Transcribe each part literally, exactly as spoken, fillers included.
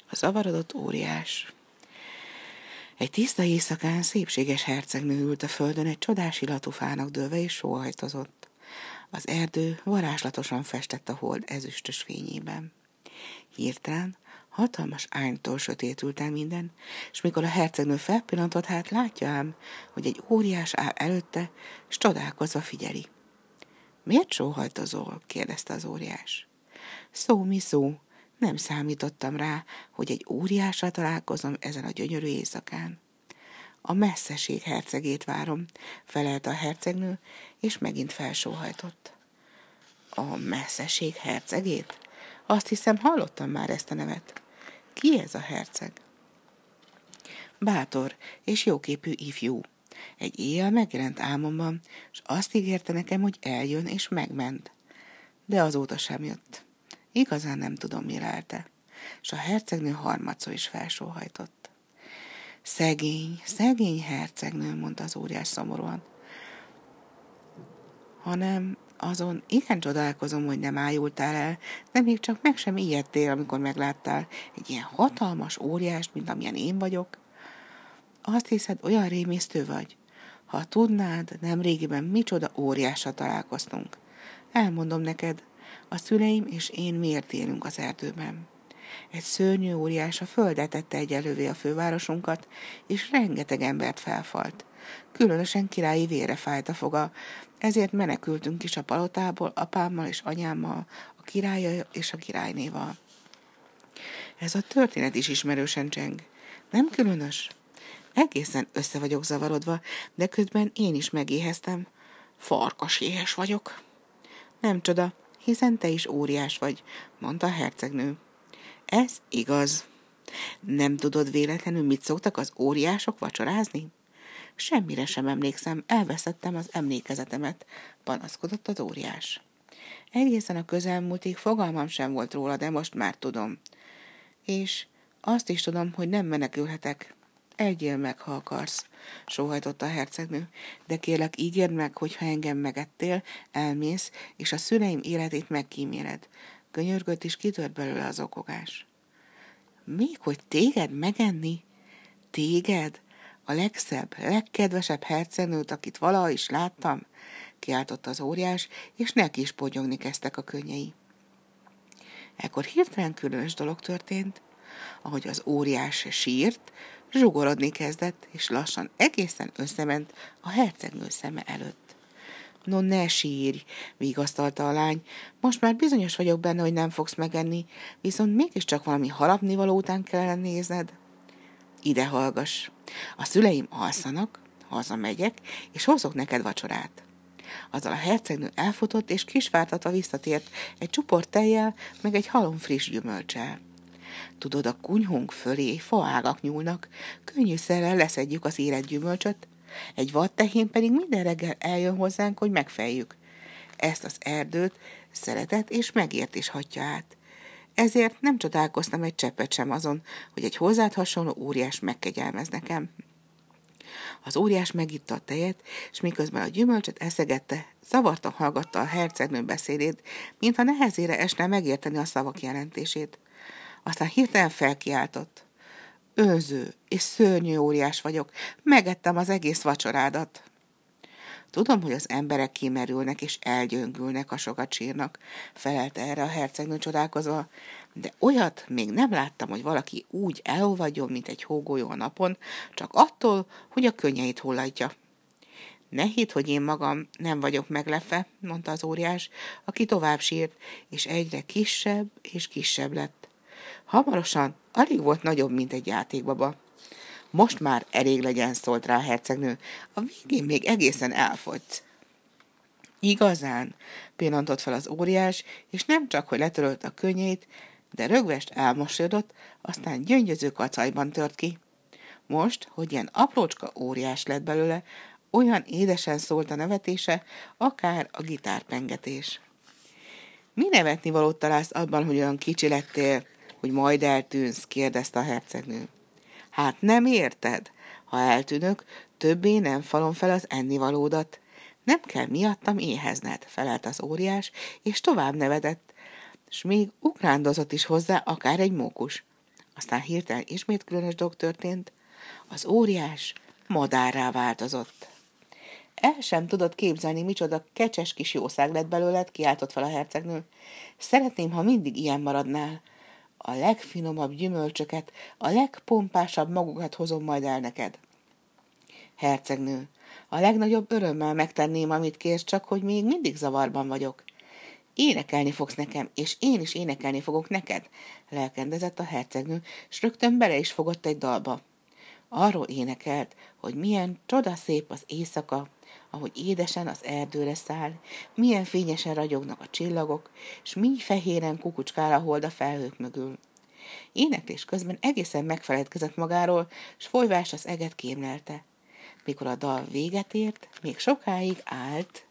A zavarodott óriás. Egy tiszta éjszakán szépséges hercegnő ült a földön egy csodás illatú fának dőlve és sóhajtozott. Az erdő varázslatosan festett a hold ezüstös fényében. Hirtelen hatalmas árnytól sötétült el minden, és mikor a hercegnő felpillantott, hát látja ám, hogy egy óriás áll előtte, s csodálkozva figyeli. Miért sóhajtozol? Kérdezte az óriás. Szó mi szó, nem számítottam rá, hogy egy óriással találkozom ezen a gyönyörű éjszakán. A messzeség hercegét várom, felelte a hercegnő, és megint felsóhajtott. A messzeség hercegét? Azt hiszem, hallottam már ezt a nevet. Ki ez a herceg? Bátor és jóképű ifjú. Egy éjjel megjelent álmomban, és azt ígérte nekem, hogy eljön és megment. De azóta sem jött. Igazán nem tudom, mi lelte. És a hercegnő harmadszor is felsóhajtott. Szegény, szegény hercegnő, mondta az óriás szomorúan. Hanem azon igen csodálkozom, hogy nem ájultál el, de még csak meg sem ijedtél, amikor megláttál egy ilyen hatalmas óriást, mint amilyen én vagyok. Azt hiszed, olyan rémisztő vagy? Ha tudnád, nemrégiben micsoda óriással találkoztunk. Elmondom neked, a szüleim és én miért élünk az erdőben. Egy szörnyű óriás a földet tette egyelővé a fővárosunkat, és rengeteg embert felfalt. Különösen királyi vére fájt a foga, ezért menekültünk is a palotából apámmal és anyámmal, a királlyal és a királynéval. Ez a történet is ismerősen cseng. Nem különös? Egészen össze vagyok zavarodva, de közben én is megéheztem. Farkas éhes vagyok. Nem csoda, hiszen te is óriás vagy, mondta a hercegnő. Ez igaz. Nem tudod véletlenül, mit szoktak az óriások vacsorázni? Semmire sem emlékszem, elveszettem az emlékezetemet, panaszkodott az óriás. Egészen a közelmúltig fogalmam sem volt róla, de most már tudom. És azt is tudom, hogy nem menekülhetek. Egyél meg, ha akarsz, sóhajtotta a hercegnő, de kérlek, ígérd meg, hogy ha engem megettél, elmész, és a szüleim életét megkíméled. Könyörgött, és kitört belőle az okogás. Még hogy téged megenni? Téged? A legszebb, legkedvesebb hercegnőt, akit valaha is láttam? Kiáltott az óriás, és neki is pogyogni kezdtek a könnyei. Ekkor hirtelen különös dolog történt, ahogy az óriás sírt, zsugorodni kezdett, és lassan egészen összement a hercegnő szeme előtt. No, ne sírj, vigasztalta a lány, most már bizonyos vagyok benne, hogy nem fogsz megenni, viszont mégiscsak valami harapnivaló után kellene nézned. Ide hallgass, a szüleim alszanak, hazamegyek, és hozok neked vacsorát. Azzal a hercegnő elfutott, és kisvártatva visszatért egy csuport tejjel, meg egy halom friss gyümölccsel. Tudod, a kunyhónk fölé faágak nyúlnak, könnyűszerrel leszedjük az érett gyümölcsöt, egy vadtehén pedig minden reggel eljön hozzánk, hogy megfejjük. Ezt az erdőt szeretet és megértés hatja át. Ezért nem csodálkoztam egy cseppet sem azon, hogy egy hozzád hasonló óriás megkegyelmez nekem. Az óriás megitta a tejet, és miközben a gyümölcsöt eszegette, zavartan hallgatta a hercegnő beszédét, mintha nehezére esne megérteni a szavak jelentését. Aztán hirtelen felkiáltott. Önző és szörnyű óriás vagyok, megettem az egész vacsorádat. Tudom, hogy az emberek kimerülnek és elgyöngülnek, a sokat sírnak, felelte erre a hercegnő csodálkozva, de olyat még nem láttam, hogy valaki úgy elolvadjon, mint egy hógolyó a napon, csak attól, hogy a könnyeit hullatja. Ne hidd, hogy én magam nem vagyok meglepve, mondta az óriás, aki tovább sírt, és egyre kisebb és kisebb lett. Hamarosan alig volt nagyobb, mint egy játékbaba. Most már elég legyen, szólt rá a hercegnő, a végén még egészen elfogysz. Igazán, pillantott fel az óriás, és nem csak, hogy letörölt a könnyeit, de rögvest elmosolyodott, aztán gyöngyöző kacajban tört ki. Most, hogy ilyen aprócska óriás lett belőle, olyan édesen szólt a nevetése, akár a gitárpengetés. Mi nevetni valót találsz abban, hogy olyan kicsi lettél, hogy majd eltűnsz, kérdezte a hercegnő. Hát nem érted? Ha eltűnök, többé nem falom fel az ennivalódat. Nem kell miattam éhezned, felelt az óriás, és tovább nevetett, s még ugrándozott is hozzá akár egy mókus. Aztán hirtelen ismét különös dolog történt, az óriás madárrá változott. El sem tudod képzelni, micsoda kecses kis jószág lett belőled, kiáltott fel a hercegnő. Szeretném, ha mindig ilyen maradnál. A legfinomabb gyümölcsöket, a legpompásabb magokat hozom majd el neked. Hercegnő, a legnagyobb örömmel megtenném, amit kérsz, csak hogy még mindig zavarban vagyok. Énekelni fogsz nekem, és én is énekelni fogok neked, lelkendezett a hercegnő, s rögtön bele is fogott egy dalba. Arról énekelt, hogy milyen csodaszép az éjszaka, ahogy édesen az erdőre száll, milyen fényesen ragyognak a csillagok, s mi fehéren kukucskál a hold a felhők mögül. Éneklés közben egészen megfeledkezett magáról, s folyvás az eget kémlelte. Mikor a dal véget ért, még sokáig állt,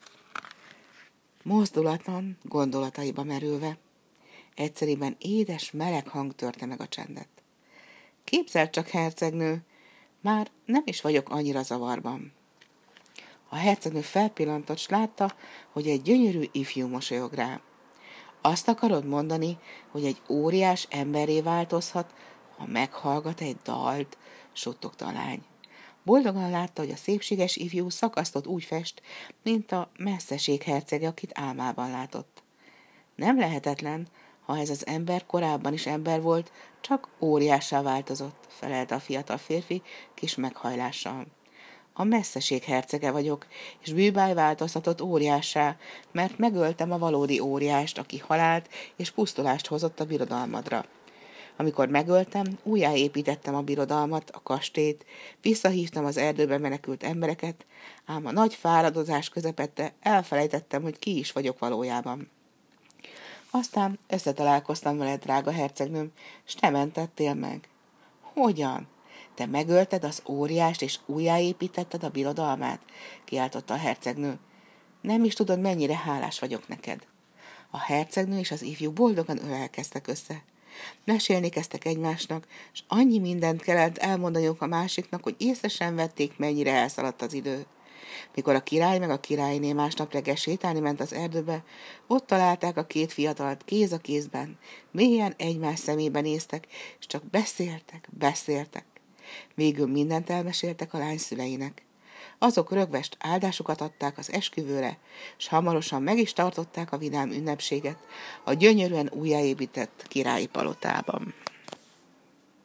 mozdulatlan, gondolataiba merülve. Egyszeriben édes, meleg hang törte meg a csendet. Képzeld csak, hercegnő, már nem is vagyok annyira zavarban. A hercegnő felpillantott, s látta, hogy egy gyönyörű ifjú mosolyog rá. Azt akarod mondani, hogy egy óriás emberré változhat, ha meghallgat egy dalt, suttogta a lány. Boldogan látta, hogy a szépséges ifjú szakasztott úgy fest, mint a messzeség hercege, akit álmában látott. Nem lehetetlen, ha ez az ember korábban is ember volt, csak óriássá változott, felelte a fiatal férfi kis meghajlással. A messzeség hercege vagyok, és bűbáj változtatott óriássá, mert megöltem a valódi óriást, aki halált és pusztulást hozott a birodalmadra. Amikor megöltem, újjáépítettem a birodalmat, a kastélyt, visszahívtam az erdőbe menekült embereket, ám a nagy fáradozás közepette elfelejtettem, hogy ki is vagyok valójában. Aztán összetalálkoztam veled, drága hercegnőm, s te mentettél meg. Hogyan? Te megölted az óriást, és újjáépítetted a birodalmát? Kiáltotta a hercegnő. Nem is tudod, mennyire hálás vagyok neked. A hercegnő és az ifjú boldogan ölelkeztek össze. Mesélni kezdtek egymásnak, és annyi mindent kellett elmondaniuk a másiknak, hogy észre sem vették, mennyire elszaladt az idő. Mikor a király meg a királyné másnap reggel sétálni ment az erdőbe, ott találták a két fiatalt kéz a kézben, mélyen egymás szemébe néztek, és csak beszéltek, beszéltek. Végül mindent elmeséltek a lány szüleinek. Azok rögvest áldásukat adták az esküvőre, s hamarosan meg is tartották a vidám ünnepséget a gyönyörűen újjáépített királyi palotában.